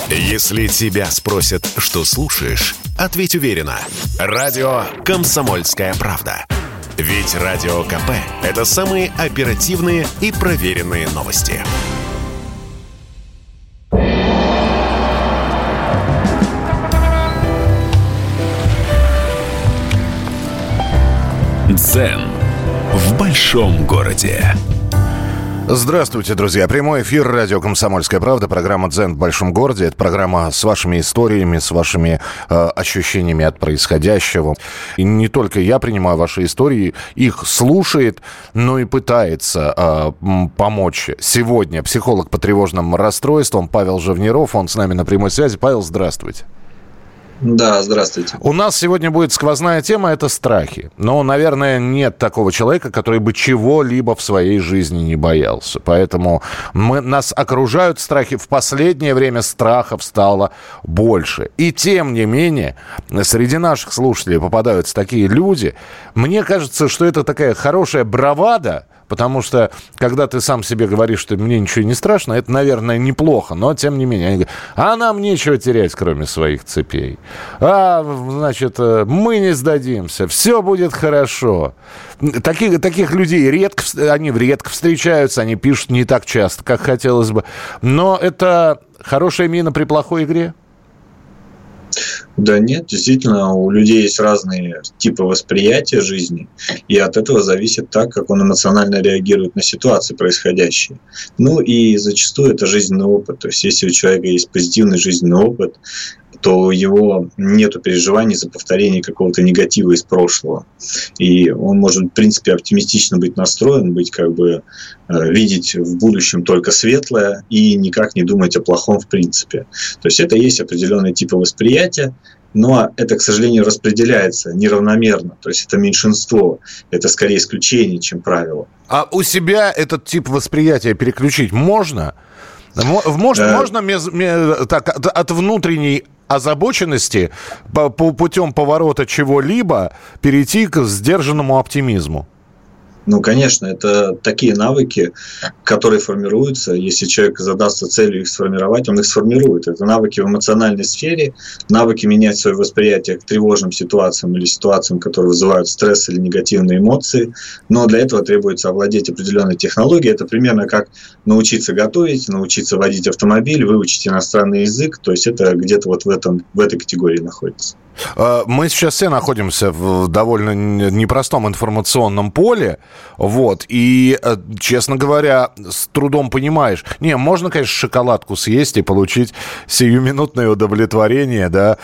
Если тебя спросят, что слушаешь, ответь уверенно. Радио «Комсомольская правда». Ведь Радио КП – это самые оперативные и проверенные новости. Дзен в большом городе. Здравствуйте, друзья. Прямой эфир радио «Комсомольская правда», программа «Дзен в большом городе». Это программа с вашими историями, с вашими ощущениями от происходящего. И не только я принимаю ваши истории, их слушает, но и пытается помочь сегодня психолог по тревожным расстройствам Павел Живниров. Он с нами на прямой связи. Павел, здравствуйте. Да, здравствуйте. У нас сегодня будет сквозная тема – это страхи. Но, наверное, нет такого человека, который бы чего-либо в своей жизни не боялся. Поэтому нас окружают страхи. В последнее время страхов стало больше. И тем не менее, среди наших слушателей попадаются такие люди. Мне кажется, что это такая хорошая бравада. Потому что, когда ты сам себе говоришь, что мне ничего не страшно, это, наверное, неплохо. Но, тем не менее, они говорят, а нам нечего терять, кроме своих цепей. Значит, мы не сдадимся, все будет хорошо. Таких людей редко встречаются, они пишут не так часто, как хотелось бы. Но это хорошая мина при плохой игре? Да нет, действительно, у людей есть разные типы восприятия жизни, и от этого зависит так, как он эмоционально реагирует на ситуации происходящие. Ну и зачастую это жизненный опыт. То есть если у человека есть позитивный жизненный опыт, то у него нет переживаний за повторение какого-то негатива из прошлого. И он может, в принципе, оптимистично быть настроен, видеть в будущем только светлое и никак не думать о плохом в принципе. То есть это есть определенные типы восприятия, но это, к сожалению, распределяется неравномерно. То есть это меньшинство, это скорее исключение, чем правило. А у себя этот тип восприятия переключить можно? Можно от внутренней озабоченности путем поворота чего-либо перейти к сдержанному оптимизму? Ну, конечно, это такие навыки, которые формируются. Если человек задастся целью их сформировать, он их сформирует. Это навыки в эмоциональной сфере, навыки менять свое восприятие к тревожным ситуациям или ситуациям, которые вызывают стресс или негативные эмоции. Но для этого требуется овладеть определенной технологией. Это примерно как научиться готовить, научиться водить автомобиль, выучить иностранный язык. То есть это где-то вот в этой категории находится. Мы сейчас все находимся в довольно непростом информационном поле, и, честно говоря, с трудом понимаешь. Можно, конечно, шоколадку съесть и получить сиюминутное удовлетворение, да,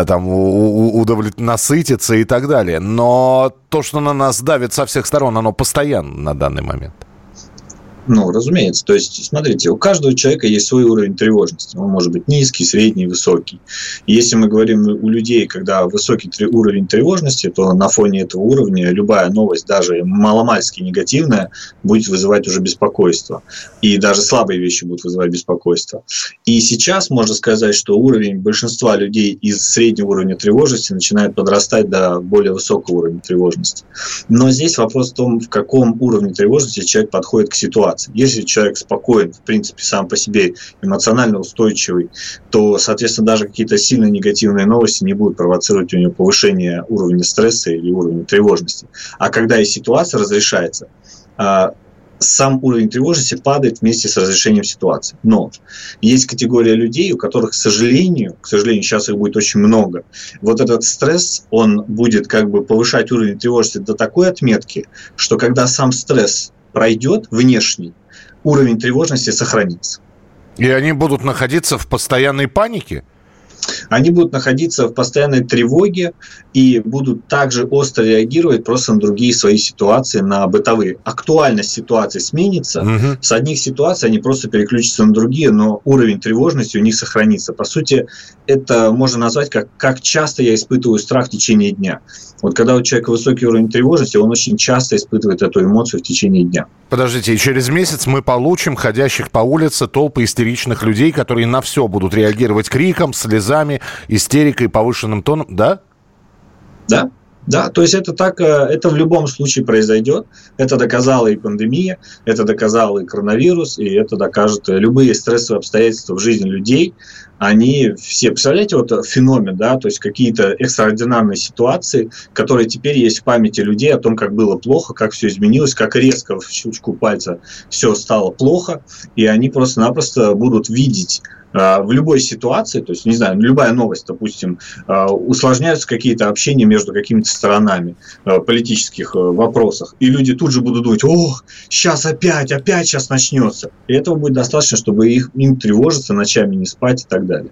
насытиться и так далее, но то, что на нас давит со всех сторон, оно постоянно на данный момент. Ну, разумеется. То есть, смотрите, у каждого человека есть свой уровень тревожности. Он может быть низкий, средний, высокий. И если мы говорим у людей, когда высокий уровень тревожности, то на фоне этого уровня любая новость, даже маломальски негативная, будет вызывать уже беспокойство. И даже слабые вещи будут вызывать беспокойство. И сейчас можно сказать, что уровень большинства людей из среднего уровня тревожности начинает подрастать до более высокого уровня тревожности. Но здесь вопрос в том, в каком уровне тревожности человек подходит к ситуации. Если человек спокоен, в принципе, сам по себе эмоционально устойчивый, то, соответственно, даже какие-то сильно негативные новости не будут провоцировать у него повышение уровня стресса или уровня тревожности. А когда и ситуация разрешается, сам уровень тревожности падает вместе с разрешением ситуации. Но есть категория людей, у которых, к сожалению, сейчас их будет очень много, вот этот стресс, он будет повышать уровень тревожности до такой отметки, что когда сам стресс пройдет внешний, уровень тревожности сохранится. И они будут находиться в постоянной панике? Они будут находиться в постоянной тревоге и будут также остро реагировать просто на другие свои ситуации, на бытовые. Актуальность ситуации сменится. Угу. С одних ситуаций они просто переключатся на другие, но уровень тревожности у них сохранится. По сути, это можно назвать как часто я испытываю страх в течение дня. Вот когда у человека высокий уровень тревожности, он очень часто испытывает эту эмоцию в течение дня. Подождите, и через месяц мы получим ходящих по улице толпы истеричных людей, которые на все будут реагировать криком, слезами, истерикой, повышенным тоном, да? Да. Да, то есть это так, это в любом случае произойдет. Это доказала и пандемия, это доказал и коронавирус, и это докажет любые стрессовые обстоятельства в жизни людей. Они все, представляете, вот феномен, да, то есть какие-то экстраординарные ситуации, которые теперь есть в памяти людей о том, как было плохо, как все изменилось, как резко в щелчку пальца все стало плохо, и они просто-напросто будут видеть в любой ситуации, то есть, не знаю, любая новость, допустим, усложняются какие-то общения между какими-то сторонами политических вопросах, и люди тут же будут думать: ох, сейчас опять сейчас начнется. И этого будет достаточно, чтобы им тревожиться, ночами не спать и так далее.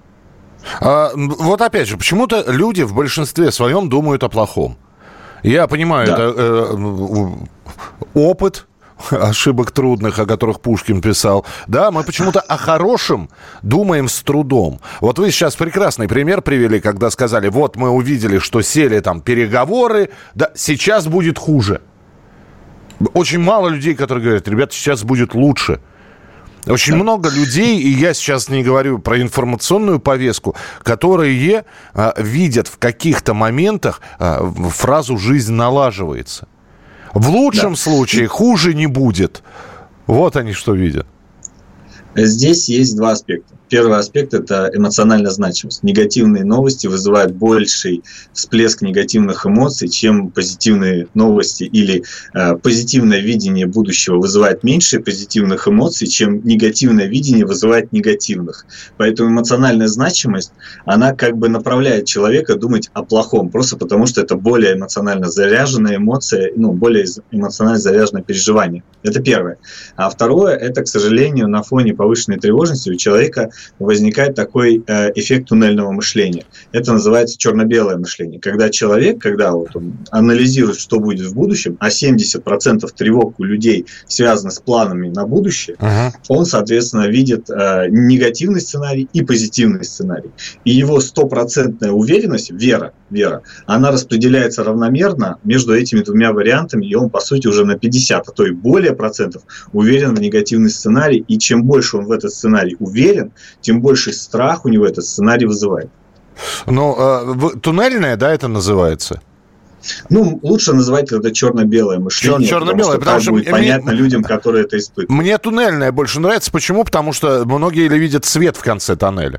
Вот опять же, почему-то люди в большинстве своем думают о плохом. Я понимаю, да. Это опыт ошибок трудных, о которых Пушкин писал. Да, мы почему-то о хорошем думаем с трудом. Вот вы сейчас прекрасный пример привели, когда сказали: вот мы увидели, что сели там переговоры, да, сейчас будет хуже. Очень мало людей, которые говорят: ребята, сейчас будет лучше. Очень много людей, и я сейчас не говорю про информационную повестку, которые видят в каких-то моментах фразу «жизнь налаживается». В лучшем случае хуже не будет. Вот они что видят. Здесь есть два аспекта. Первый аспект – это эмоциональная значимость. Негативные новости вызывают больший всплеск негативных эмоций, чем позитивные новости, или позитивное видение будущего вызывает меньше позитивных эмоций, чем негативное видение вызывает негативных. Поэтому эмоциональная значимость, она как бы направляет человека думать о плохом, просто потому что это более эмоционально заряженная эмоция, более эмоционально заряженное переживание. Это первое. А второе – это, к сожалению, на фоне повышенной тревожности у человека возникает такой эффект туннельного мышления. Это называется черно-белое мышление. Когда человек, он анализирует, что будет в будущем, а 70% тревог у людей связано с планами на будущее, он, соответственно, видит негативный сценарий и позитивный сценарий. И его 100% уверенность, вера, она распределяется равномерно между этими двумя вариантами, и он, по сути, уже на 50, а то и более процентов уверен в негативный сценарий. И чем больше он в этот сценарий уверен, тем больше страх у него этот сценарий вызывает. Туннельное, да, это называется? Лучше называть это черно-белое мышление, черно-белое, потому что будет понятно людям, которые это испытывают. Мне туннельное больше нравится. Почему? Потому что многие видят свет в конце тоннеля.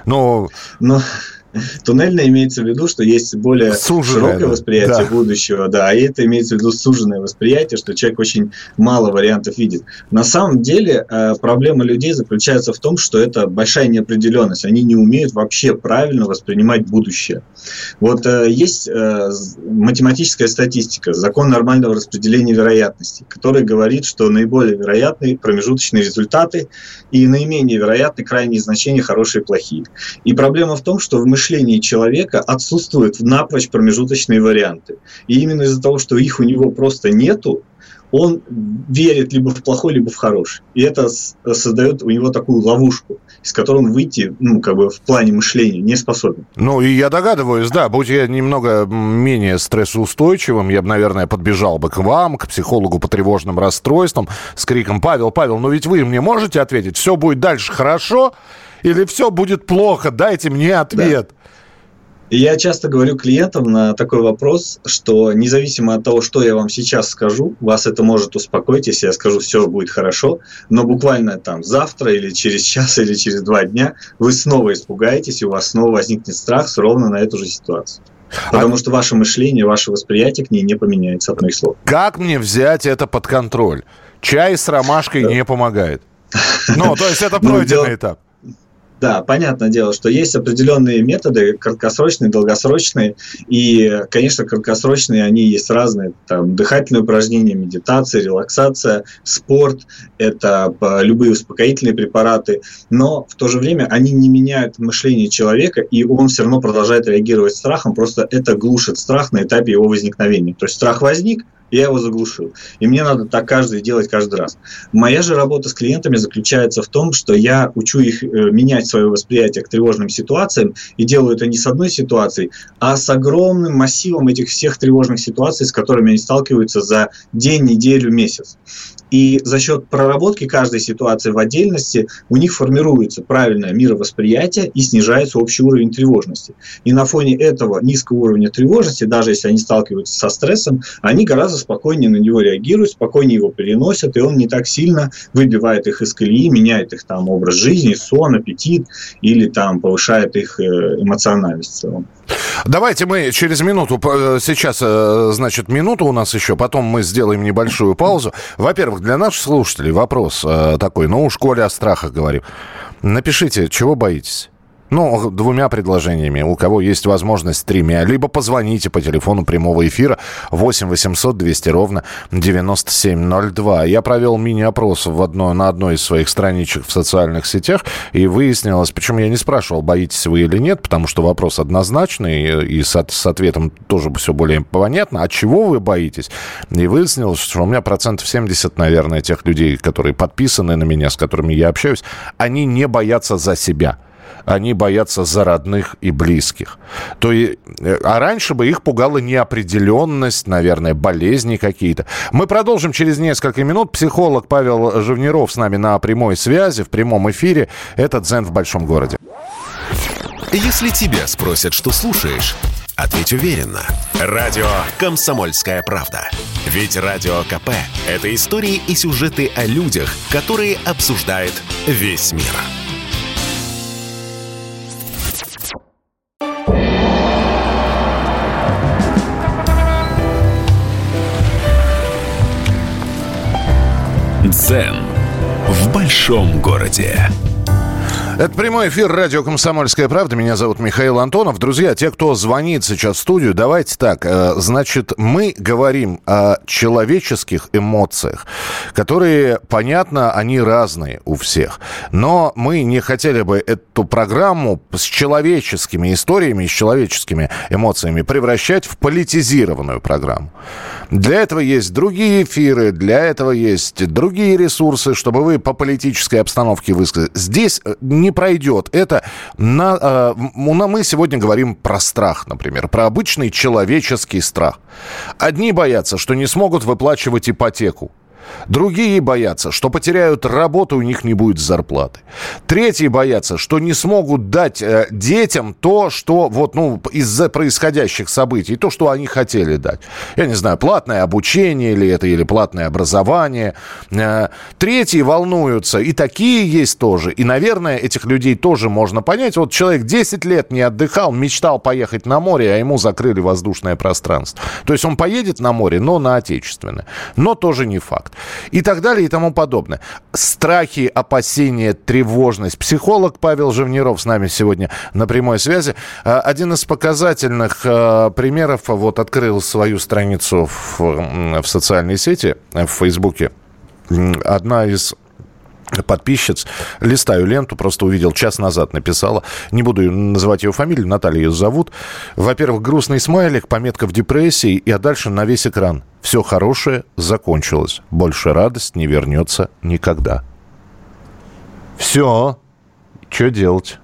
Туннельное имеется в виду, что есть более широкое восприятие будущего, да, и это имеется в виду суженное восприятие, что человек очень мало вариантов видит. На самом деле проблема людей заключается в том, что это большая неопределенность. Они не умеют вообще правильно воспринимать будущее. Вот есть математическая статистика, закон нормального распределения вероятностей, который говорит, что наиболее вероятны промежуточные результаты и наименее вероятны крайние значения, хорошие и плохие. И проблема в том, что в мышлении человека отсутствуют напрочь промежуточные варианты. И именно из-за того, что их у него просто нету, он верит либо в плохой, либо в хороший. И это создает у него такую ловушку, из которой он выйти, в плане мышления не способен. И я догадываюсь, да, будь я немного менее стрессоустойчивым, я бы, наверное, подбежал бы к вам, к психологу по тревожным расстройствам с криком: Павел, но ведь вы мне можете ответить, все будет дальше хорошо или все будет плохо, дайте мне ответ. Да. И я часто говорю клиентам на такой вопрос, что независимо от того, что я вам сейчас скажу, вас это может успокоить, если я скажу, все будет хорошо, но буквально завтра или через час или через 2 дня вы снова испугаетесь, и у вас снова возникнет страх ровно на эту же ситуацию. Потому что ваше мышление, ваше восприятие к ней не поменяется от моих слов. Как мне взять это под контроль? Чай с ромашкой не помогает. То есть это пройденный этап. Да, понятное дело, что есть определенные методы, краткосрочные, долгосрочные, и, конечно, краткосрочные, они есть разные, дыхательные упражнения, медитация, релаксация, спорт, это любые успокоительные препараты, но в то же время они не меняют мышление человека, и он все равно продолжает реагировать страхом, просто это глушит страх на этапе его возникновения. То есть страх возник, я его заглушил. И мне надо так делать каждый раз. Моя же работа с клиентами заключается в том, что я учу их менять свое восприятие к тревожным ситуациям, и делаю это не с одной ситуацией, а с огромным массивом этих всех тревожных ситуаций, с которыми они сталкиваются за день, неделю, месяц. И за счет проработки каждой ситуации в отдельности у них формируется правильное мировосприятие и снижается общий уровень тревожности. И на фоне этого низкого уровня тревожности, даже если они сталкиваются со стрессом, они гораздо спокойнее на него реагируют, спокойнее его переносят, и он не так сильно выбивает их из колеи, меняет их там образ жизни, сон, аппетит или там повышает их эмоциональность в целом. Давайте мы через минуту, сейчас, значит, минуту у нас еще, потом мы сделаем небольшую паузу. Во-первых, для наших слушателей вопрос такой, ну уж коли о страхах говорим. Напишите, чего боитесь? Ну, 2 предложениями, у кого есть возможность 3, либо позвоните по телефону прямого эфира 8 800 200 ровно 9702. Я провел мини-опрос на одной из своих страничек в социальных сетях, и выяснилось, почему я не спрашивал, боитесь вы или нет, потому что вопрос однозначный, и с ответом тоже все более понятно, от чего вы боитесь. И выяснилось, что у меня 70%, наверное, тех людей, которые подписаны на меня, с которыми я общаюсь, они не боятся за себя. Они боятся за родных и близких. А раньше бы их пугала неопределенность, наверное, болезни какие-то. Мы продолжим через несколько минут. Психолог Павел Живниров с нами на прямой связи, в прямом эфире. Это «Дзен в большом городе». Если тебя спросят, что слушаешь, ответь уверенно. Радио «Комсомольская правда». Ведь Радио КП – это истории и сюжеты о людях, которые обсуждает весь мир. Дзен в большом городе. Это прямой эфир радио «Комсомольская правда». Меня зовут Михаил Антонов. Друзья, те, кто звонит сейчас в студию, давайте так. Значит, мы говорим о человеческих эмоциях, которые, понятно, они разные у всех. Но мы не хотели бы эту программу с человеческими историями, с человеческими эмоциями превращать в политизированную программу. Для этого есть другие эфиры, для этого есть другие ресурсы, чтобы вы по политической обстановке высказали. Здесь не пройдет. Мы сегодня говорим про страх, например, про обычный человеческий страх. Одни боятся, что не смогут выплачивать ипотеку. Другие боятся, что потеряют работу, у них не будет зарплаты. Третьи боятся, что не смогут дать детям то, что из-за происходящих событий, то, что они хотели дать. Я не знаю, платное обучение или платное образование. Третьи волнуются, и такие есть тоже. И, наверное, этих людей тоже можно понять. Вот человек 10 лет не отдыхал, мечтал поехать на море, а ему закрыли воздушное пространство. То есть он поедет на море, но на отечественное. Но тоже не факт. И так далее, и тому подобное. Страхи, опасения, тревожность. Психолог Павел Живниров с нами сегодня на прямой связи. Один из показательных примеров. Вот открыл свою страницу в социальной сети, в Фейсбуке. Одна из подписчиц, листаю ленту, просто увидел, час назад написала, не буду называть ее фамилию, Наталья ее зовут. Во-первых, грустный смайлик, пометка в депрессии, а дальше на весь экран. Все хорошее закончилось. Больше радость не вернется никогда. Все. Что делать?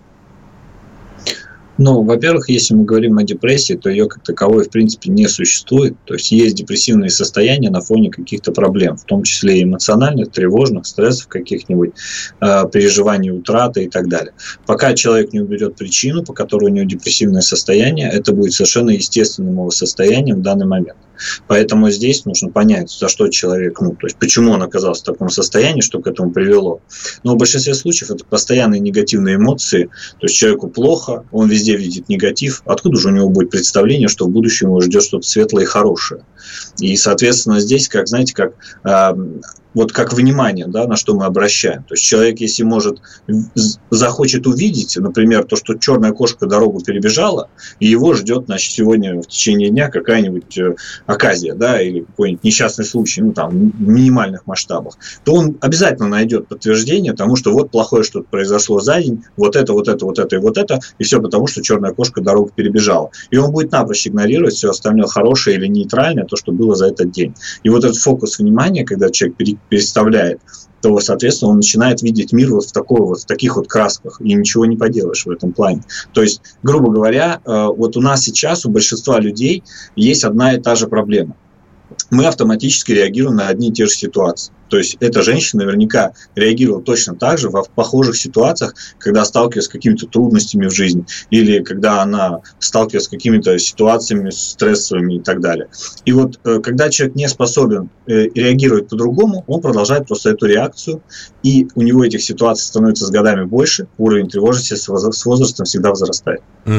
Ну, во-первых, если мы говорим о депрессии, то ее как таковой, в принципе, не существует. То есть есть депрессивные состояния на фоне каких-то проблем, в том числе и эмоциональных, тревожных, стрессов каких-нибудь, переживаний утраты и так далее. Пока человек не уберет причину, по которой у него депрессивное состояние, это будет совершенно естественным его состоянием в данный момент. Поэтому здесь нужно понять, за что человек, то есть почему он оказался в таком состоянии, что к этому привело. Но в большинстве случаев это постоянные негативные эмоции, то есть человеку плохо, он везде видит негатив, откуда же у него будет представление, что в будущем его ждет что-то светлое и хорошее. И, соответственно, здесь, как вот как внимание, да, на что мы обращаем. То есть человек, если захочет увидеть, например, то, что черная кошка дорогу перебежала, и его ждет, значит, сегодня в течение дня какая-нибудь оказия, да, или какой-нибудь несчастный случай, ну, там, в минимальных масштабах, то он обязательно найдет подтверждение тому, что вот плохое что-то произошло за день, вот это, и все потому, что черная кошка дорогу перебежала. И он будет напрочь игнорировать все остальное хорошее или нейтральное, то, что было за этот день. И вот этот фокус внимания, когда человек переставляет, то, соответственно, он начинает видеть мир вот в таких вот красках, и ничего не поделаешь в этом плане. То есть, грубо говоря, вот у нас сейчас, у большинства людей есть одна и та же проблема. Мы автоматически реагируем на одни и те же ситуации. То есть эта женщина наверняка реагировала точно так же в похожих ситуациях, когда сталкивалась с какими-то трудностями в жизни, или когда она сталкивалась с какими-то ситуациями стрессовыми и так далее. И вот когда человек не способен реагировать по-другому, он продолжает просто эту реакцию, и у него этих ситуаций становится с годами больше, уровень тревожности с возрастом всегда возрастает.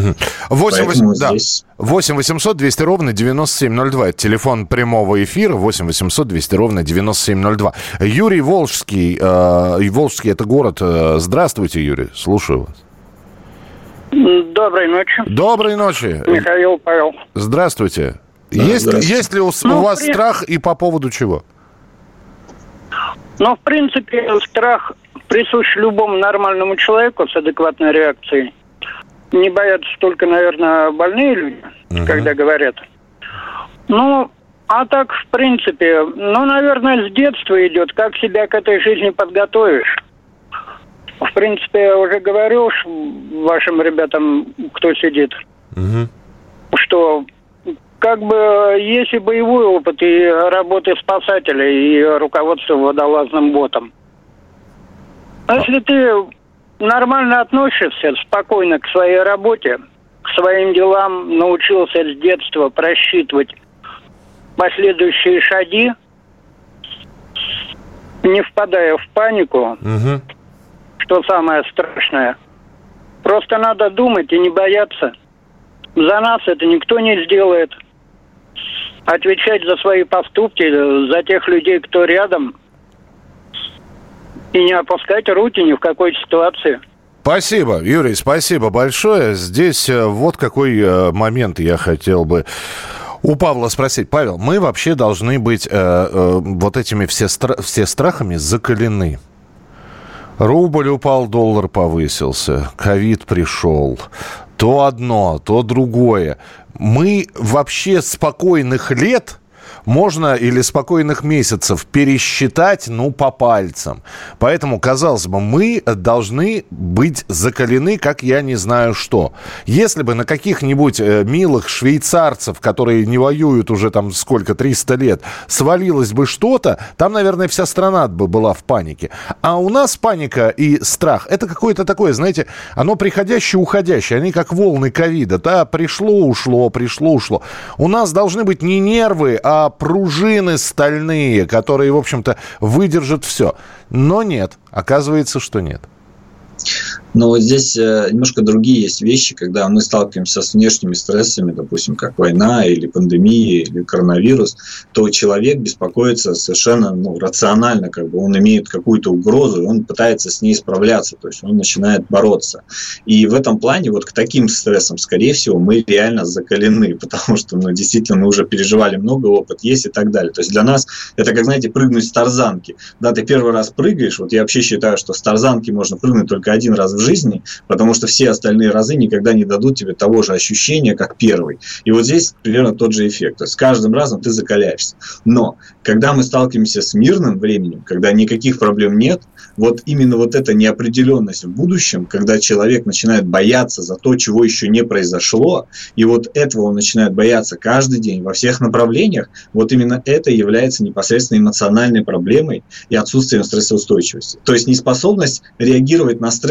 8 800 200 ровно 9702. Это телефон прямого эфира. 8 800 200 ровно 9702. Юрий Волжский. Волжский – это город. Здравствуйте, Юрий. Слушаю вас. Доброй ночи. Доброй ночи. Михаил, Павел. Здравствуйте. Да, есть ли у вас страх и по поводу чего? В принципе, страх присущ любому нормальному человеку с адекватной реакцией. Не боятся только, наверное, больные люди, когда говорят. А так, в принципе, наверное, с детства идет, как себя к этой жизни подготовишь. В принципе, я уже говорил вашим ребятам, кто сидит, что как бы есть и боевой опыт, и работы спасателя, и руководство водолазным ботом. А если ты нормально относишься, спокойно к своей работе, к своим делам, научился с детства просчитывать последующие шаги, не впадая в панику, что самое страшное. Просто надо думать и не бояться. За нас это никто не сделает. Отвечать за свои поступки, за тех людей, кто рядом, и не опускать руки ни в какой ситуации. Спасибо, Юрий, спасибо большое. Здесь вот какой момент я хотел бы у Павла спросить. Павел, мы вообще должны быть вот этими все страхами закалены. Рубль упал, доллар повысился, ковид пришел. То одно, то другое. Мы вообще спокойных лет можно или спокойных месяцев пересчитать, по пальцам. Поэтому, казалось бы, мы должны быть закалены, как я не знаю что. Если бы на каких-нибудь милых швейцарцев, которые не воюют уже 300 лет, свалилось бы что-то, там, наверное, вся страна бы была в панике. А у нас паника и страх, это какое-то такое, знаете, оно приходящее, уходящее. Они как волны ковида. Да, пришло, ушло, пришло, ушло. У нас должны быть не нервы, а пружины стальные, которые, в общем-то, выдержат все. Но нет. Оказывается, что нет. Но вот здесь немножко другие есть вещи, когда мы сталкиваемся с внешними стрессами, допустим, как война или пандемия или коронавирус, то человек беспокоится совершенно рационально, он имеет какую-то угрозу, и он пытается с ней справляться, то есть он начинает бороться. И в этом плане вот к таким стрессам, скорее всего, мы реально закалены, потому что действительно мы уже переживали много, опыт есть и так далее. То есть для нас это как, знаете, прыгнуть с тарзанки. Да, ты первый раз прыгаешь, вот я вообще считаю, что с тарзанки можно прыгнуть только один раз в жизни, потому что все остальные разы никогда не дадут тебе того же ощущения, как первый. И вот здесь примерно тот же эффект. То есть с каждым разом ты закаляешься. Но когда мы сталкиваемся с мирным временем, когда никаких проблем нет, вот именно вот эта неопределенность в будущем, когда человек начинает бояться за то, чего еще не произошло, и вот этого он начинает бояться каждый день во всех направлениях, вот именно это является непосредственно эмоциональной проблемой и отсутствием стрессоустойчивости. То есть неспособность реагировать на стресс реально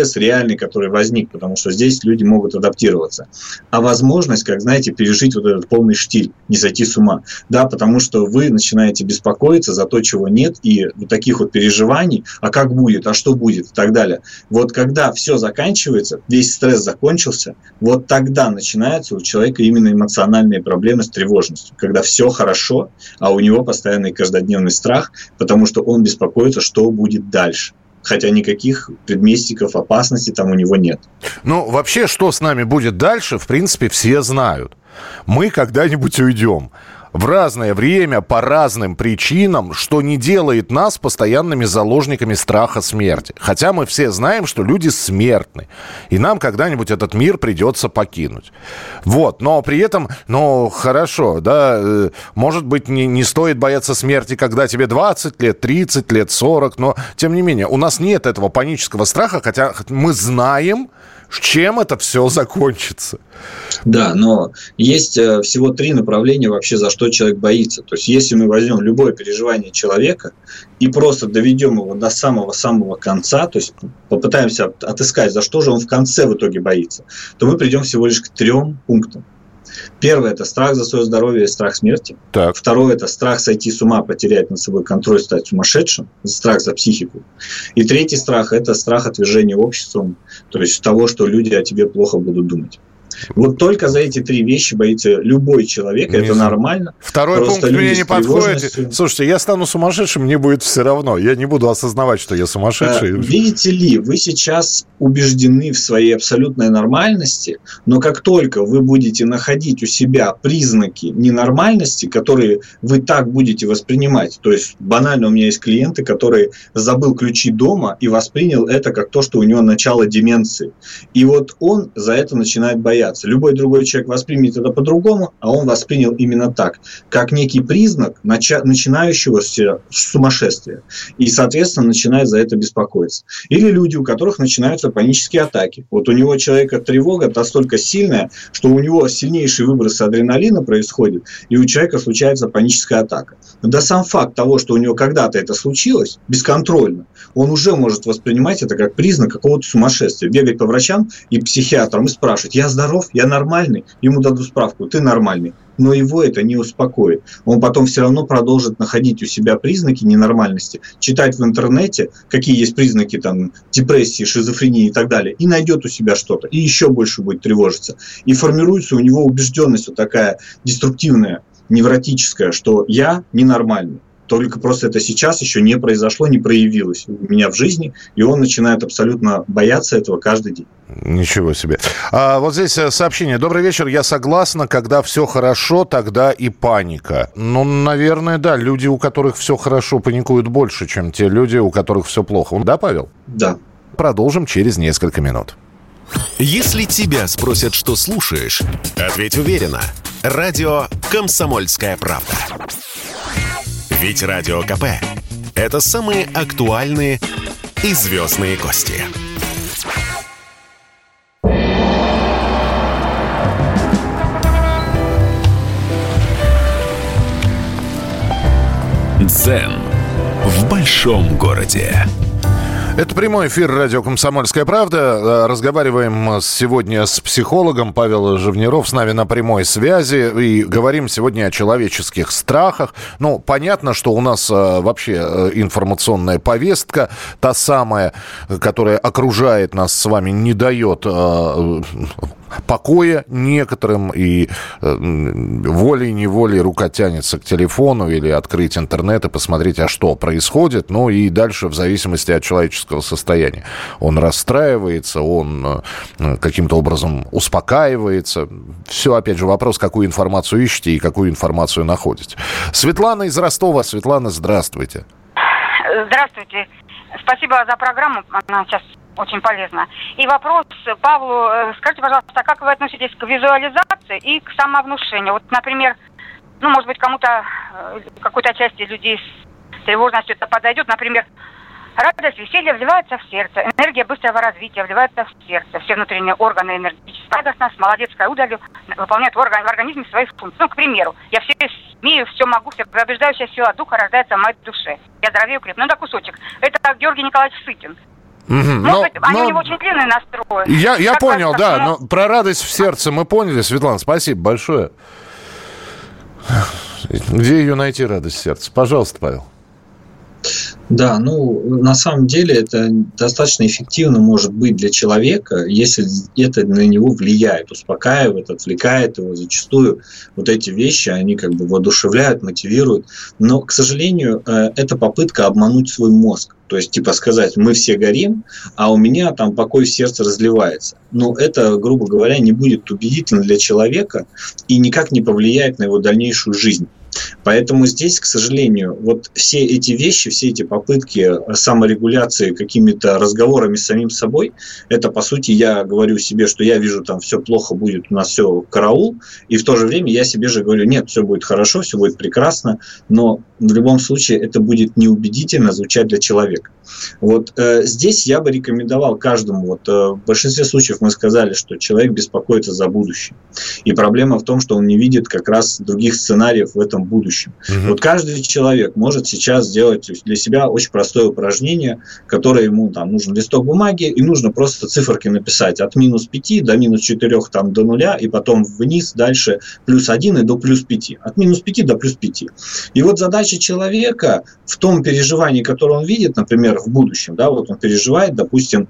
эмоциональный, который возник, потому что здесь люди могут адаптироваться. А возможность, как, знаете, пережить вот этот полный штиль, не сойти с ума. Да, потому что вы начинаете беспокоиться за то, чего нет, и вот таких вот переживаний, а как будет, а что будет и так далее. Вот когда все заканчивается, весь стресс закончился, вот тогда начинаются у человека именно эмоциональные проблемы с тревожностью, когда все хорошо, а у него постоянный каждодневный страх, потому что он беспокоится, что будет дальше. Хотя никаких предместиков опасности там у него нет. Ну, вообще, что с нами будет дальше, в принципе, все знают. Мы когда-нибудь уйдем. В разное время, по разным причинам, что не делает нас постоянными заложниками страха смерти. Хотя мы все знаем, что люди смертны. И нам когда-нибудь этот мир придется покинуть. Вот. Но при этом, хорошо, да, может быть, не стоит бояться смерти, когда тебе 20 лет, 30 лет, 40. Но, тем не менее, у нас нет этого панического страха, хотя мы знаем, чем это все закончится. Да, но есть всего 3 направления вообще, за что человек боится. То есть, если мы возьмем любое переживание человека и просто доведем его до самого-самого конца, то есть попытаемся отыскать, за что же он в конце в итоге боится, то мы придем всего лишь к 3 пунктам. Первое – это страх за свое здоровье и страх смерти. Так. Второе – это страх сойти с ума, потерять над собой контроль, стать сумасшедшим. Страх за психику. И третий страх – это страх отвержения обществом, то есть того, что люди о тебе плохо будут думать. Вот только за эти 3 вещи боится любой человек, это нормально. Второй пункт мне не подходит. Слушайте, я стану сумасшедшим, мне будет все равно. Я не буду осознавать, что я сумасшедший. Видите ли, вы сейчас убеждены в своей абсолютной нормальности, но как только вы будете находить у себя признаки ненормальности, которые вы так будете воспринимать, то есть банально у меня есть клиенты, который забыл ключи дома и воспринял это как то, что у него начало деменции. И вот он за это начинает бояться. Любой другой человек воспримет это по-другому, а он воспринял именно так, как некий признак начинающегося сумасшествия. И, соответственно, начинает за это беспокоиться. Или люди, у которых начинаются панические атаки. Вот у него человека тревога настолько сильная, что у него сильнейший выброс адреналина происходит, и у человека случается паническая атака. Да сам факт того, что у него когда-то это случилось, бесконтрольно, он уже может воспринимать это как признак какого-то сумасшествия. Бегать по врачам и психиатрам и спрашивать: я здоров, я нормальный? Ему дадут справку: ты нормальный. Но его это не успокоит. Он потом все равно продолжит находить у себя признаки ненормальности, читать в интернете, какие есть признаки там, депрессии, шизофрении и так далее, и найдет у себя что-то, и еще больше будет тревожиться. И формируется у него убежденность вот такая деструктивная, невротическая, что я ненормальный. Только просто это сейчас еще не произошло, не проявилось у меня в жизни, и он начинает абсолютно бояться этого каждый день. Ничего себе. Вот здесь сообщение. Добрый вечер. Я согласна, когда все хорошо, тогда и паника. Ну, наверное, да. Люди, у которых все хорошо, паникуют больше, чем те люди, у которых все плохо. Да, Павел? Да. Продолжим через несколько минут. Если тебя спросят, что слушаешь, ответь уверенно. Радио «Комсомольская правда». Ведь Радио КП – это самые актуальные и звездные гости. Дзен в большом городе. Это прямой эфир радио «Комсомольская правда». Разговариваем сегодня с психологом. Павел Живниров с нами на прямой связи. И говорим сегодня о человеческих страхах. Ну, понятно, что у нас вообще информационная повестка, та самая, которая окружает нас с вами, не дает покоя некоторым, и волей-неволей рука тянется к телефону или открыть интернет и посмотреть, а что происходит. Ну и дальше, в зависимости от человеческого состояния. Он расстраивается, он каким-то образом успокаивается. Все, опять же, вопрос, какую информацию ищете и какую информацию находите. Светлана из Ростова. Светлана, здравствуйте. Здравствуйте. Спасибо за программу. Она сейчас очень полезно. И вопрос Павлу. Скажите, пожалуйста, а как вы относитесь к визуализации и к самовнушению? Вот, например, может быть, кому-то, какой-то части людей с тревожностью это подойдет. Например, радость, веселье вливается в сердце. Энергия быстрого развития вливается в сердце. Все внутренние органы энергетически радостно, с молодецкой удалью выполняют в организме свои функции. К примеру, я все смею, все могу, вся побеждающая сила духа рождается в моей душе. Я здоровею, крепну. На кусочек. Это Георгий Николаевич Сытин. Может быть, они у него очень длинный настрой. Я понял, да, но про радость в сердце мы поняли, Светлана, спасибо большое. Где ее найти, радость в сердце? Пожалуйста, Павел. Да, на самом деле это достаточно эффективно может быть для человека, если это на него влияет, успокаивает, отвлекает его. Зачастую вот эти вещи, они как бы воодушевляют, мотивируют. Но, к сожалению, это попытка обмануть свой мозг. То есть, сказать, мы все горим, а у меня там покой в сердце разливается. Но это, грубо говоря, не будет убедительно для человека и никак не повлияет на его дальнейшую жизнь. Поэтому здесь, к сожалению, вот все эти вещи, все эти попытки саморегуляции какими-то разговорами с самим собой, это, по сути, я говорю себе, что я вижу, там все плохо будет, у нас все караул, и в то же время я себе же говорю, нет, все будет хорошо, все будет прекрасно, но в любом случае это будет неубедительно звучать для человека. Вот здесь я бы рекомендовал каждому, в большинстве случаев мы сказали, что человек беспокоится за будущее. И проблема в том, что он не видит как раз других сценариев в этом будущем. Вот каждый человек может сейчас сделать для себя очень простое упражнение, которое ему нужен листок бумаги, и нужно просто циферки написать от минус 5 до минус 4 до 0, и потом вниз, дальше плюс 1 и до плюс 5. От минус 5 до плюс 5. И вот задача человека в том переживании, которое он видит, например, в будущем, вот он переживает, допустим,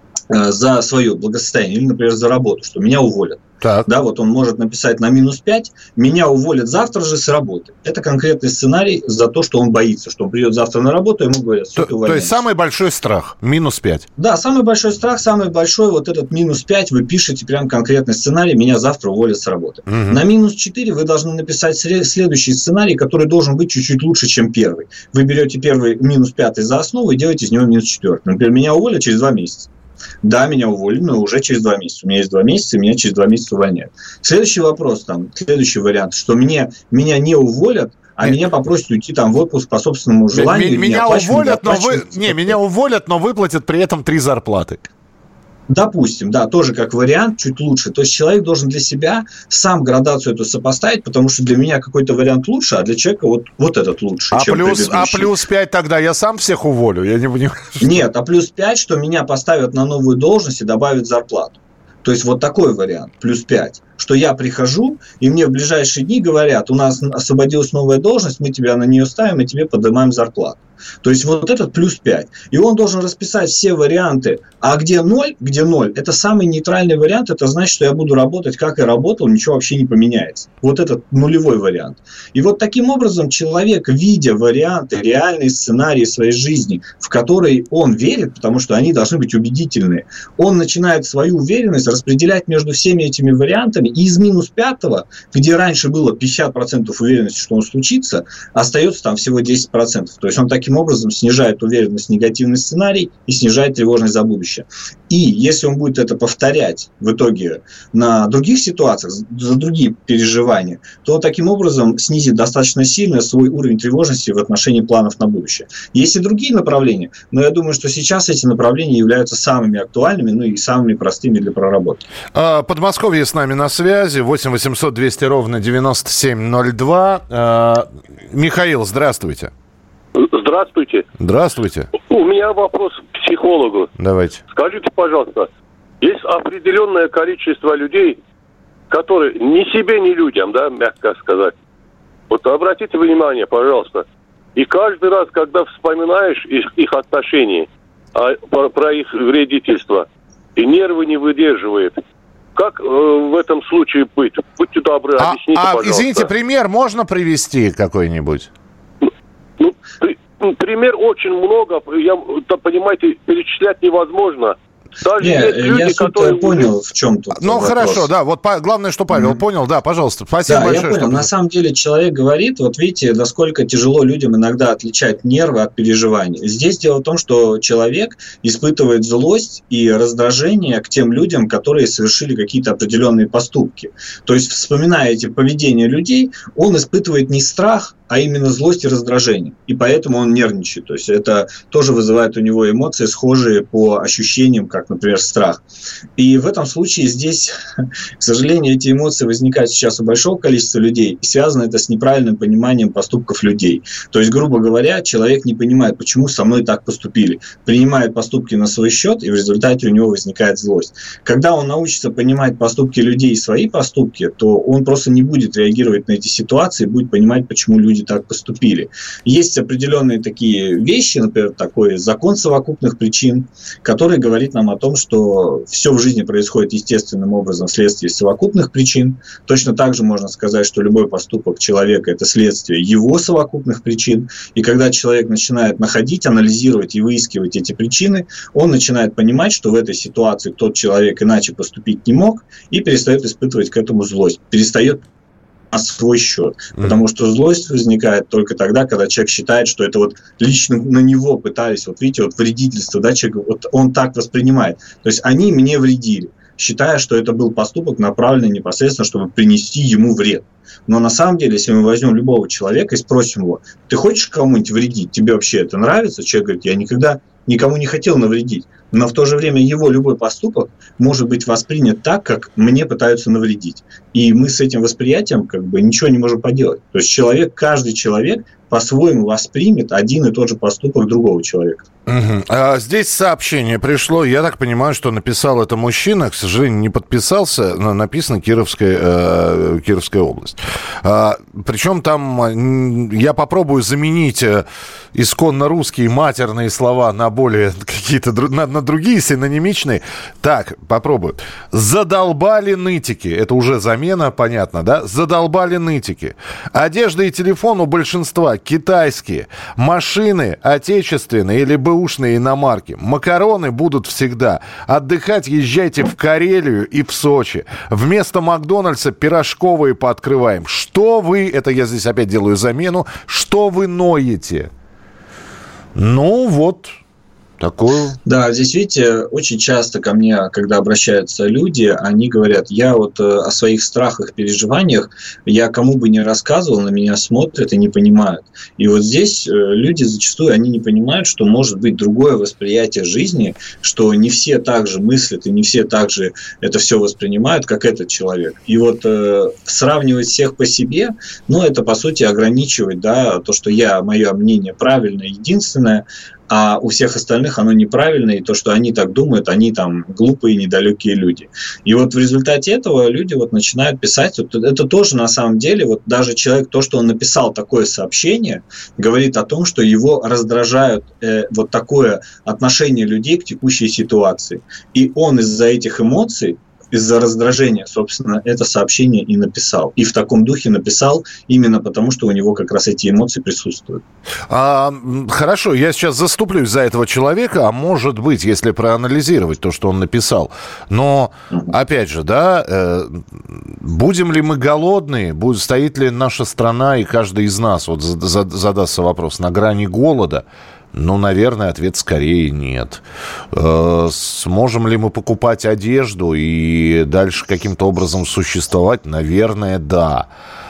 за свое благосостояние или, например, за работу, что меня уволят. Так. Вот он может написать на минус 5, меня уволят завтра же с работы. Это конкретный сценарий за то, что он боится, что он придет завтра на работу, ему говорят, все, ты увольняешься. То есть самый большой страх, минус 5. Да, самый большой страх, самый большой вот этот минус 5, вы пишете прям конкретный сценарий, меня завтра уволят с работы. На минус 4 вы должны написать следующий сценарий, который должен быть чуть-чуть лучше, чем первый. Вы берете первый минус 5 за основу и делаете из него минус 4. Например, меня уволят через 2 месяца. Да, меня уволили, но уже через 2 месяца. У меня есть 2 месяца, и меня через 2 месяца увольняют. Следующий вопрос, следующий вариант, что меня не уволят, а меня попросят уйти в отпуск по собственному желанию. Меня уволят, но выплатят при этом 3 зарплаты. Допустим, да, тоже как вариант, чуть лучше. То есть человек должен для себя сам градацию эту сопоставить, потому что для меня какой-то вариант лучше, а для человека вот этот лучше, чем предыдущий. А плюс 5 тогда я сам всех уволю? Я не понимаю. Нет, а плюс 5, что меня поставят на новую должность и добавят зарплату. То есть вот такой вариант, плюс 5. Что я прихожу, и мне в ближайшие дни говорят, у нас освободилась новая должность, мы тебя на нее ставим, и тебе поднимаем зарплату. То есть вот этот плюс 5. И он должен расписать все варианты. А где 0, это самый нейтральный вариант. Это значит, что я буду работать, как и работал, ничего вообще не поменяется. Вот этот нулевой вариант. И вот таким образом человек, видя варианты, реальные сценарии своей жизни, в которые он верит, потому что они должны быть убедительные, он начинает свою уверенность распределять между всеми этими вариантами. И из минус 5, где раньше было 50% уверенности, что он случится, остается там всего 10%. То есть он таким образом снижает уверенность в негативный сценарий и снижает тревожность за будущее. И если он будет это повторять в итоге на других ситуациях, за другие переживания, то таким образом снизит достаточно сильно свой уровень тревожности в отношении планов на будущее. Есть и другие направления, но я думаю, что сейчас эти направления являются самыми актуальными, и самыми простыми для проработки. Подмосковье с нами на связи. 8 800 200 ровно 9702. Михаил, здравствуйте. Здравствуйте. Здравствуйте. У меня вопрос к психологу. Давайте. Скажите, пожалуйста, есть определенное количество людей, которые ни себе, ни людям, мягко сказать. Вот обратите внимание, пожалуйста. И каждый раз, когда вспоминаешь их отношения, про их вредительство, и нервы не выдерживает. Как в этом случае быть? Будьте добры, объясните, пожалуйста. Извините, пример можно привести какой-нибудь? Пример очень много, понимаете, перечислять невозможно. Даже я понял, в чем тут вопрос. Хорошо, да, вот главное, что Павел понял, да, пожалуйста, спасибо большое. Я понял, на самом деле человек говорит, вот видите, насколько тяжело людям иногда отличать нервы от переживаний. Здесь дело в том, что человек испытывает злость и раздражение к тем людям, которые совершили какие-то определенные поступки. То есть, вспоминая эти поведения людей, он испытывает не страх, а именно злость и раздражение. И поэтому он нервничает. То есть это тоже вызывает у него эмоции, схожие по ощущениям, как, например, страх. И в этом случае здесь, к сожалению, эти эмоции возникают сейчас у большого количества людей, и связано это с неправильным пониманием поступков людей. То есть, грубо говоря, человек не понимает, почему со мной так поступили. Принимает поступки на свой счет, и в результате у него возникает злость. Когда он научится понимать поступки людей и свои поступки, то он просто не будет реагировать на эти ситуации, будет понимать, почему люди так поступили. Есть определенные такие вещи, например, такой закон совокупных причин, который говорит нам о том, что все в жизни происходит естественным образом вследствие совокупных причин. Точно так же можно сказать, что любой поступок человека – это следствие его совокупных причин. И когда человек начинает находить, анализировать и выискивать эти причины, он начинает понимать, что в этой ситуации тот человек иначе поступить не мог и перестает испытывать к этому злость, перестает на свой счет. Потому что злость возникает только тогда, когда человек считает, что это вот лично на него пытались, вот видите, вот вредительство, да, человек, вот он так воспринимает. То есть они мне вредили, считая, что это был поступок, направленный непосредственно, чтобы принести ему вред. Но на самом деле, если мы возьмем любого человека и спросим его, ты хочешь кому-нибудь вредить, тебе вообще это нравится? Человек говорит, я никогда никому не хотел навредить. Но в то же время его любой поступок может быть воспринят так, как мне пытаются навредить. И мы с этим восприятием как бы ничего не можем поделать. То есть человек, каждый человек по-своему воспримет один и тот же поступок другого человека. Здесь сообщение пришло. Я так понимаю, что написал это мужчина. К сожалению, не подписался. Но написано Кировская область. Причем там я попробую заменить исконно русские матерные слова на более какие-то на другие синонимичные. Так, попробую. Задолбали нытики. Это уже замена, понятно, да? Задолбали нытики. Одежда и телефон у большинства китайские. Машины отечественные или бэушные иномарки. Макароны будут всегда. Отдыхать езжайте в Карелию и в Сочи. Вместо Макдональдса пирожковые пооткрываем. Что вы, это я здесь опять делаю замену, что вы ноете? Ну вот... Такую... Да, здесь, видите, очень часто ко мне, когда обращаются люди, они говорят, я вот о своих страхах, переживаниях, я кому бы не рассказывал, на меня смотрят и не понимают. И вот здесь люди зачастую, они не понимают, что может быть другое восприятие жизни, что не все так же мыслят и не все так же это все воспринимают, как этот человек. И вот сравнивать всех по себе, ну, это, по сути, ограничивать, да, то, что мое мнение правильное, единственное, а у всех остальных оно неправильное, и то, что они так думают, они там глупые, недалекие люди. И вот в результате этого люди вот начинают писать, вот это тоже на самом деле, вот даже человек, то, что он написал такое сообщение, говорит о том, что его раздражают вот такое отношение людей к текущей ситуации. И он из-за этих эмоций, из-за раздражения, собственно, это сообщение и написал. И в таком духе написал именно потому, что у него как раз эти эмоции присутствуют. Хорошо, я сейчас заступлюсь за этого человека, а может быть, если проанализировать то, что он написал. Но, опять же, да, будем ли мы голодные, стоит ли наша страна и каждый из нас, вот задастся вопрос, на грани голода? Ну, наверное, ответ скорее нет. Сможем ли мы покупать одежду и дальше каким-то образом существовать? Наверное, да.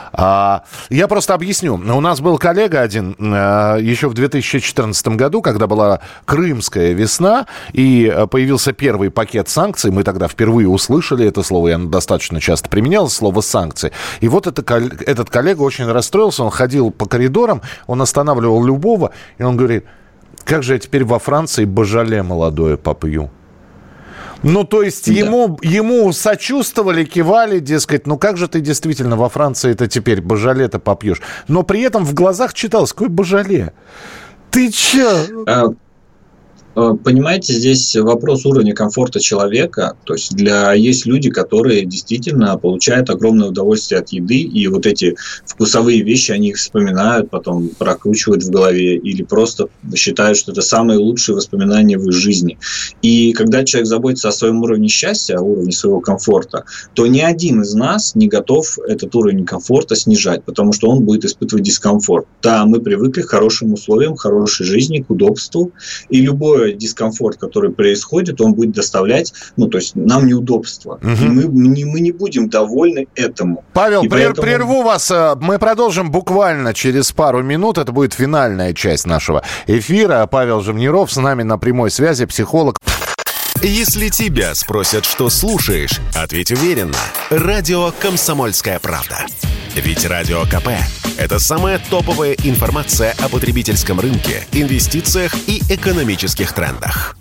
Я просто объясню. У нас был коллега один еще в 2014 году, когда была Крымская весна, и появился первый пакет санкций. Мы тогда впервые услышали это слово, я достаточно часто применял слово «санкции». И вот этот коллега очень расстроился, он ходил по коридорам, он останавливал любого, и он говорит... Как же я теперь во Франции божоле молодое попью? Ну, то есть ему сочувствовали, кивали, дескать, ну как же ты действительно во Франции это теперь божоле-то попьешь? Но при этом в глазах читалось, какой божоле? Ты че? Понимаете, здесь вопрос уровня комфорта человека. То есть есть люди, которые действительно получают огромное удовольствие от еды, и вот эти вкусовые вещи, они их вспоминают, потом прокручивают в голове, или просто считают, что это самые лучшие воспоминания в их жизни. И когда человек заботится о своем уровне счастья, о уровне своего комфорта, то ни один из нас не готов этот уровень комфорта снижать, потому что он будет испытывать дискомфорт. Да, мы привыкли к хорошим условиям, к хорошей жизни, к удобству, и любое любой дискомфорт, который происходит, он будет доставлять, то есть нам неудобства. И мы не будем довольны этому. Павел, прерву вас. Мы продолжим буквально через пару минут. Это будет финальная часть нашего эфира. Павел Жовниров с нами на прямой связи, психолог. Если тебя спросят, что слушаешь, ответь уверенно. Радио «Комсомольская правда». Ведь Радио КП – это самая топовая информация о потребительском рынке, инвестициях и экономических трендах.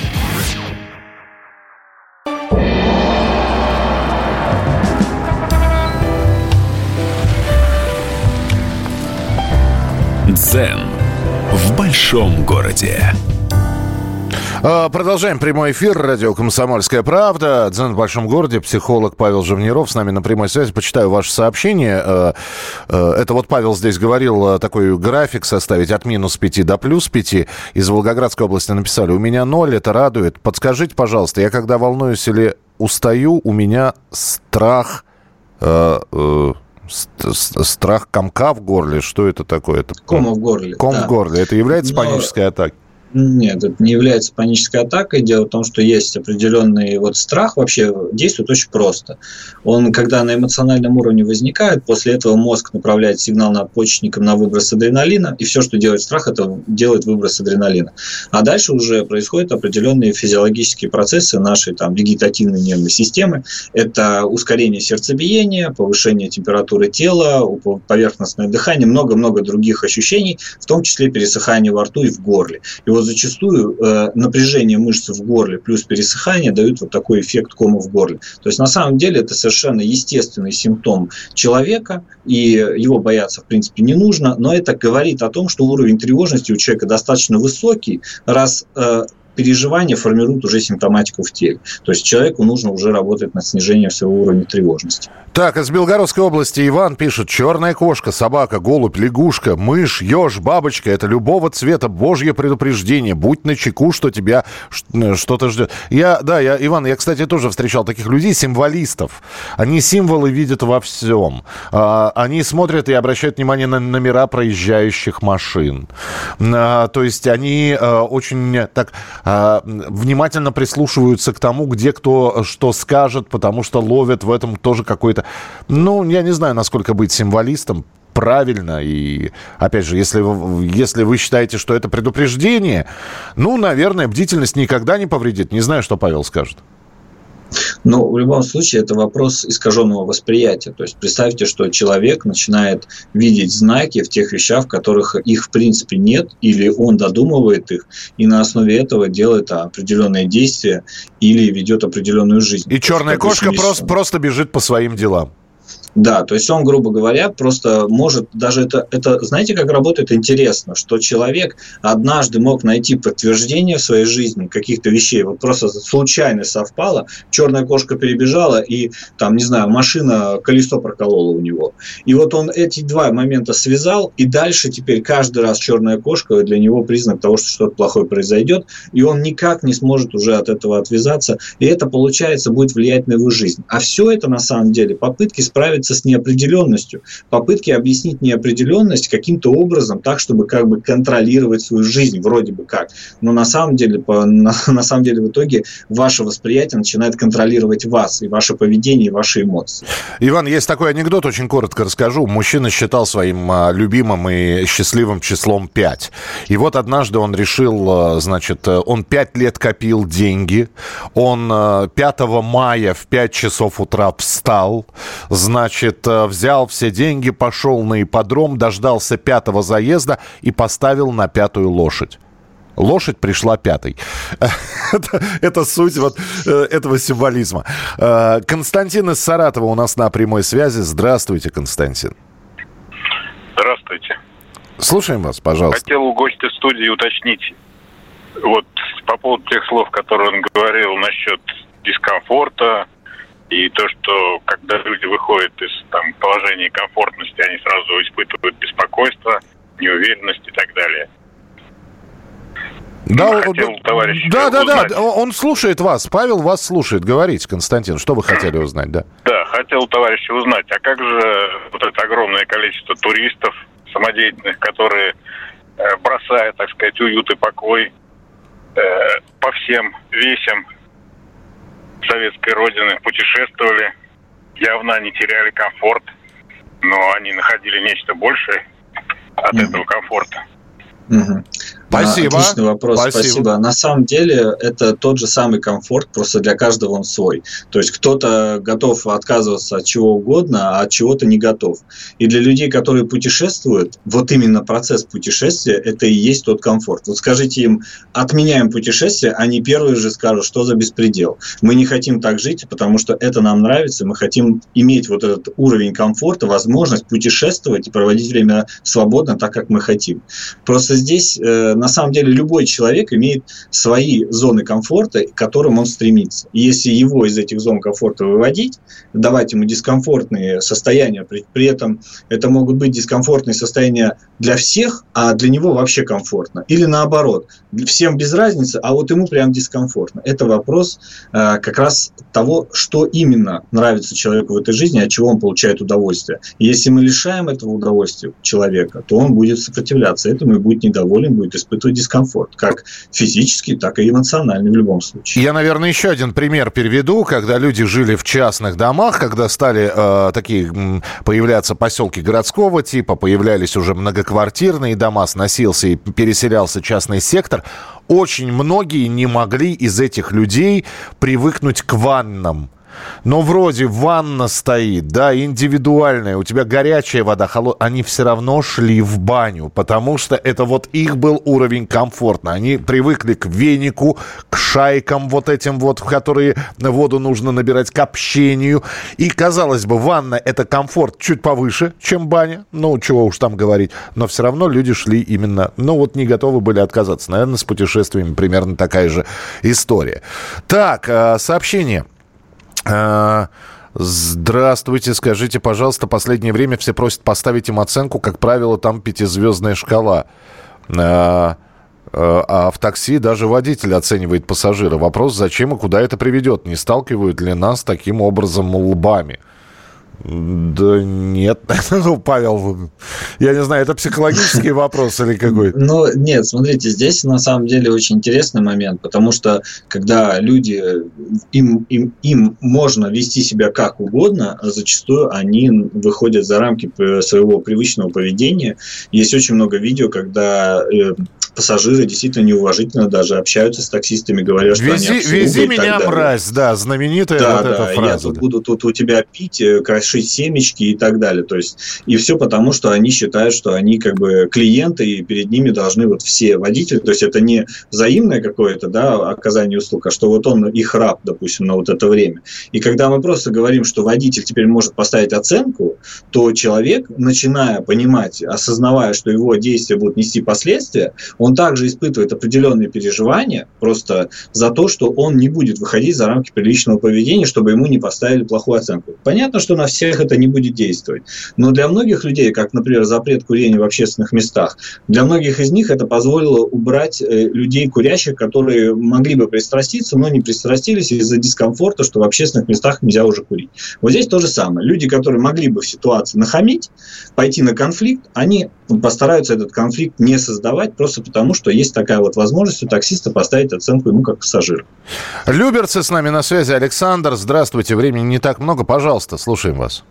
Дзен в большом городе. Продолжаем прямой эфир. Радио «Комсомольская правда». Дзен в большом городе. Психолог Павел Жовниров с нами на прямой связи. Почитаю ваше сообщение. Это вот Павел здесь говорил, такой график составить от -5 до +5. Из Волгоградской области написали: у меня 0, это радует. Подскажите, пожалуйста, я когда волнуюсь или устаю, у меня страх... Страх комка в горле. Что это такое? Кома в горле. Ком в горле. Это является панической атакой? Нет, это не является панической атакой. Дело в том, что есть определенный страх. Вообще действует очень просто. Он, когда на эмоциональном уровне возникает, после этого мозг направляет сигнал надпочечникам на выброс адреналина, и все, что делает страх, это делает выброс адреналина. А дальше уже происходят определенные физиологические процессы нашей вегетативной нервной системы. Это ускорение сердцебиения, повышение температуры тела, поверхностное дыхание, много-много других ощущений, в том числе пересыхание во рту и в горле. И зачастую напряжение мышц в горле плюс пересыхание дают такой эффект кома в горле. То есть на самом деле это совершенно естественный симптом человека, и его бояться в принципе не нужно, но это говорит о том, что уровень тревожности у человека достаточно высокий, раз переживания формируют уже симптоматику в теле. То есть человеку нужно уже работать над снижением своего уровня тревожности. Так, из Белгородской области Иван пишет: черная кошка, собака, голубь, лягушка, мышь, еж, бабочка — это любого цвета божье предупреждение. Будь начеку, что тебя что-то ждет. Иван, я, кстати, тоже встречал таких людей, символистов. Они символы видят во всем. Они смотрят и обращают внимание на номера проезжающих машин. То есть они очень так внимательно прислушиваются к тому, где кто что скажет, потому что ловят в этом тоже какой-то... я не знаю, насколько быть символистом правильно. И, опять же, если вы считаете, что это предупреждение, наверное, бдительность никогда не повредит. Не знаю, что Павел скажет. В любом случае, это вопрос искаженного восприятия. То есть, представьте, что человек начинает видеть знаки в тех вещах, в которых их в принципе нет, или он додумывает их, и на основе этого делает определенные действия или ведет определенную жизнь. И черная кошка просто бежит по своим делам. Да, то есть он, грубо говоря, просто может, даже это, знаете, как работает интересно, что человек однажды мог найти подтверждение в своей жизни каких-то вещей, просто случайно совпало, черная кошка перебежала, и машина, колесо проколола у него. И он эти два момента связал, и дальше теперь каждый раз черная кошка для него признак того, что что-то плохое произойдет, и он никак не сможет уже от этого отвязаться, и это, получается, будет влиять на его жизнь. А все это, на самом деле, попытки справиться с неопределенностью, попытки объяснить неопределенность каким-то образом так, чтобы контролировать свою жизнь, вроде бы как. Но на самом деле в итоге ваше восприятие начинает контролировать вас, и ваше поведение, и ваши эмоции. Иван, есть такой анекдот, очень коротко расскажу. Мужчина считал своим любимым и счастливым числом 5. И однажды он решил, он 5 лет копил деньги, он 5 мая в 5 часов утра встал, взял все деньги, пошел на ипподром, дождался 5-го заезда и поставил на 5-ю лошадь. Лошадь пришла 5-й. Это суть этого символизма. Константин из Саратова у нас на прямой связи. Здравствуйте, Константин. Здравствуйте. Слушаем вас, пожалуйста. Хотел у гостя студии уточнить. По поводу тех слов, которые он говорил насчет дискомфорта, и то, что когда люди выходят из положения комфортности, они сразу испытывают беспокойство, неуверенность и так далее. Да, он слушает вас. Павел вас слушает. Говорите, Константин, что вы хотели узнать, да? Да, хотел у товарища узнать, а как же это огромное количество туристов самодеятельных, которые бросают, так сказать, уют и покой по всем весям советской родины путешествовали, явно они теряли комфорт, но они находили нечто большее от этого комфорта. Спасибо. Отличный вопрос, спасибо. На самом деле это тот же самый комфорт, просто для каждого он свой. То есть кто-то готов отказываться от чего угодно, а от чего-то не готов. И для людей, которые путешествуют, вот именно процесс путешествия, это и есть тот комфорт. Вот скажите им, отменяем путешествие, они первые же скажут, что за беспредел. Мы не хотим так жить, потому что это нам нравится, мы хотим иметь вот этот уровень комфорта, возможность путешествовать и проводить время свободно, так как мы хотим. Просто здесь на самом деле любой человек имеет свои зоны комфорта, к которым он стремится. И если его из этих зон комфорта выводить, давать ему дискомфортные состояния, при этом это могут быть дискомфортные состояния для всех, а для него вообще комфортно. Или наоборот, всем без разницы, а вот ему прям дискомфортно. Это вопрос как раз того, что именно нравится человеку в этой жизни, от чего он получает удовольствие. И если мы лишаем этого удовольствия человека, то он будет сопротивляться этому и будет недоволен, будет испытывать дискомфорт, как физический, так и эмоциональный в любом случае. Я, наверное, еще один пример приведу, когда люди жили в частных домах, когда стали такие появляться поселки городского типа, появлялись уже многоквартирные дома, сносился и переселялся частный сектор. Очень многие не могли из этих людей привыкнуть к ваннам. Но вроде ванна стоит, да, индивидуальная, у тебя горячая вода, холодная. Они все равно шли в баню, потому что это вот их был уровень комфорта. Они привыкли к венику, к шайкам вот этим вот, в которые воду нужно набирать, к общению. И, казалось бы, ванна – это комфорт чуть повыше, чем баня. Ну, чего уж там говорить. Но все равно люди шли именно, ну, вот не готовы были отказаться. Наверное, с путешествиями примерно такая же история. Так, сообщение. Здравствуйте, скажите, пожалуйста, последнее время все просят поставить им оценку, как правило, там 5-звездная шкала. А в такси даже водитель оценивает пассажира. Вопрос, зачем и куда это приведет? Не сталкивают ли нас с таким образом лбами? Да нет, ну, Павел, я не знаю, это психологический вопрос или какой-то? Ну, нет, смотрите, здесь на самом деле очень интересный момент, потому что когда люди, им можно вести себя как угодно, а зачастую они выходят за рамки своего привычного поведения. Есть очень много видео, когда пассажиры действительно неуважительно даже общаются с таксистами, говоря, что они обслуга. Вези меня, мразь, да, знаменитая эта фраза. Я тут буду у тебя пить, крошить семечки и так далее. То есть, и все потому, что они считают, что они как бы клиенты, и перед ними должны вот все водители. То есть, это не взаимное какое-то, да, оказание услуг, а что вот он их раб, допустим, на вот это время. И когда мы просто говорим, что водитель теперь может поставить оценку, то человек, начиная понимать, осознавая, что его действия будут нести последствия, он также испытывает определенные переживания просто за то, что он не будет выходить за рамки приличного поведения, чтобы ему не поставили плохую оценку. Понятно, что на всех это не будет действовать. Но для многих людей, как, например, запрет курения в общественных местах, для многих из них это позволило убрать людей курящих, которые могли бы пристраститься, но не пристрастились из-за дискомфорта, что в общественных местах нельзя уже курить. Вот здесь то же самое. Люди, которые могли бы в ситуации нахамить, пойти на конфликт, они постараются этот конфликт не создавать, просто потому, что есть такая вот возможность у таксиста поставить оценку ему как пассажиру. Люберцы с нами на связи. Александр, здравствуйте. Времени не так много. Пожалуйста, слушаем вас.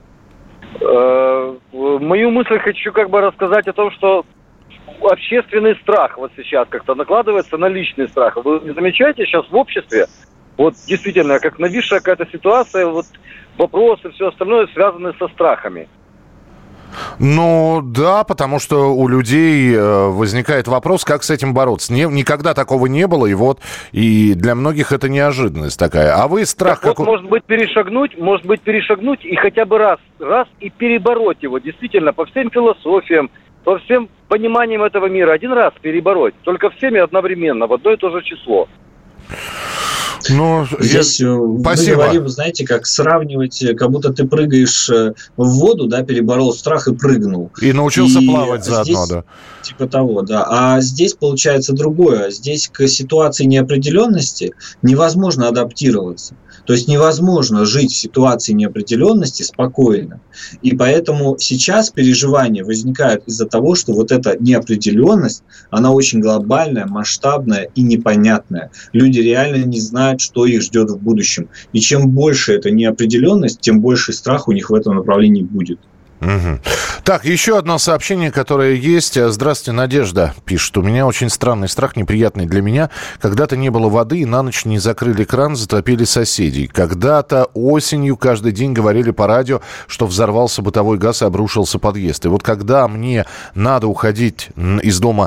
Мою мысль хочу как бы рассказать о том, что общественный страх вот сейчас как-то накладывается на личный страх. Вы не замечаете сейчас в обществе, вот действительно, как нависшая какая-то ситуация, вот вопросы, все остальное связаны со страхами? Ну, да, потому что у людей возникает вопрос, как с этим бороться. Никогда такого не было, и для многих это неожиданность такая. А вы страх так какой? Вот, может быть, перешагнуть и хотя бы раз и перебороть его, действительно, по всем философиям, по всем пониманиям этого мира, один раз перебороть, только всеми одновременно, в одно и то же число. Ну, здесь мы говорим, знаете, как сравнивать, как будто ты прыгаешь в воду, да, переборол страх и прыгнул. И научился плавать заодно, да. Типа того, да. А здесь получается другое. Здесь к ситуации неопределенности невозможно адаптироваться. То есть невозможно жить в ситуации неопределенности спокойно. И поэтому сейчас переживания возникают из-за того, что вот эта неопределенность, она очень глобальная, масштабная и непонятная. Люди реально не знают, что их ждет в будущем. И чем больше эта неопределенность, тем больше страх у них в этом направлении будет. Угу. Так, еще одно сообщение, которое есть. Здравствуйте, Надежда пишет. У меня очень странный страх, неприятный для меня. Когда-то не было воды, и на ночь не закрыли кран, затопили соседей. Когда-то осенью каждый день говорили по радио, что взорвался бытовой газ и обрушился подъезд. И вот когда мне надо уходить из дома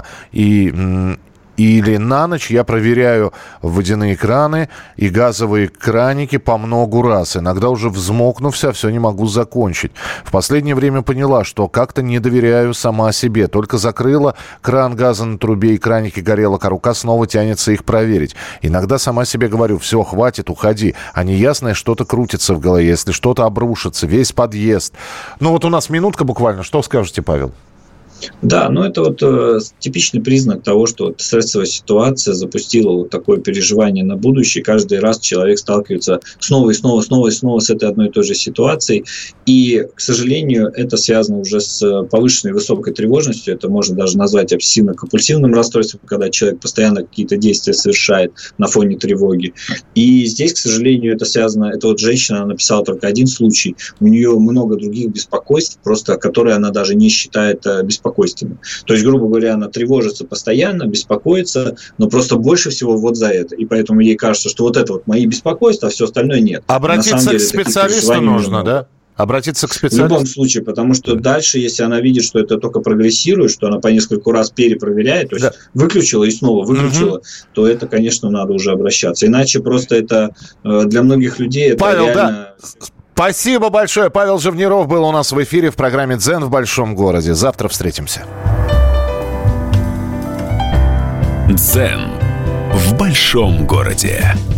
или на ночь, я проверяю водяные краны и газовые краники по многу раз. Иногда уже взмокнувся, все не могу закончить. В последнее время поняла, что как-то не доверяю сама себе. Только закрыла кран газа на трубе и краники горело, а рука снова тянется их проверить. Иногда сама себе говорю: все, хватит, уходи. А неясное что-то крутится в голове, если что-то обрушится, весь подъезд. Ну вот у нас минутка буквально. Что скажете, Павел? Да, ну это вот типичный признак того, что вот стрессовая ситуация запустила вот такое переживание на будущее. Каждый раз человек сталкивается снова и снова с этой одной и той же ситуацией. И, к сожалению, это связано уже с повышенной высокой тревожностью. Это можно даже назвать обсессивно-компульсивным расстройством, когда человек постоянно какие-то действия совершает на фоне тревоги. И здесь, к сожалению, это связано... Это вот женщина, она написала только один случай. У нее много других беспокойств, просто которые она даже не считает беспокойствами. То есть, грубо говоря, она тревожится постоянно, беспокоится, но просто больше всего вот за это. И поэтому ей кажется, что вот это вот мои беспокойства, а все остальное нет. Обратиться к специалисту нужно, да? Обратиться к специалисту? В любом случае, потому что дальше, если она видит, что это только прогрессирует, что она по нескольку раз перепроверяет, то есть выключила и снова выключила, то это, конечно, надо уже обращаться. Иначе просто это для многих людей это Павел, реально... Да. Спасибо большое. Павел Живниров был у нас в эфире в программе «Дзен в большом городе». Завтра встретимся. «Дзен в большом городе».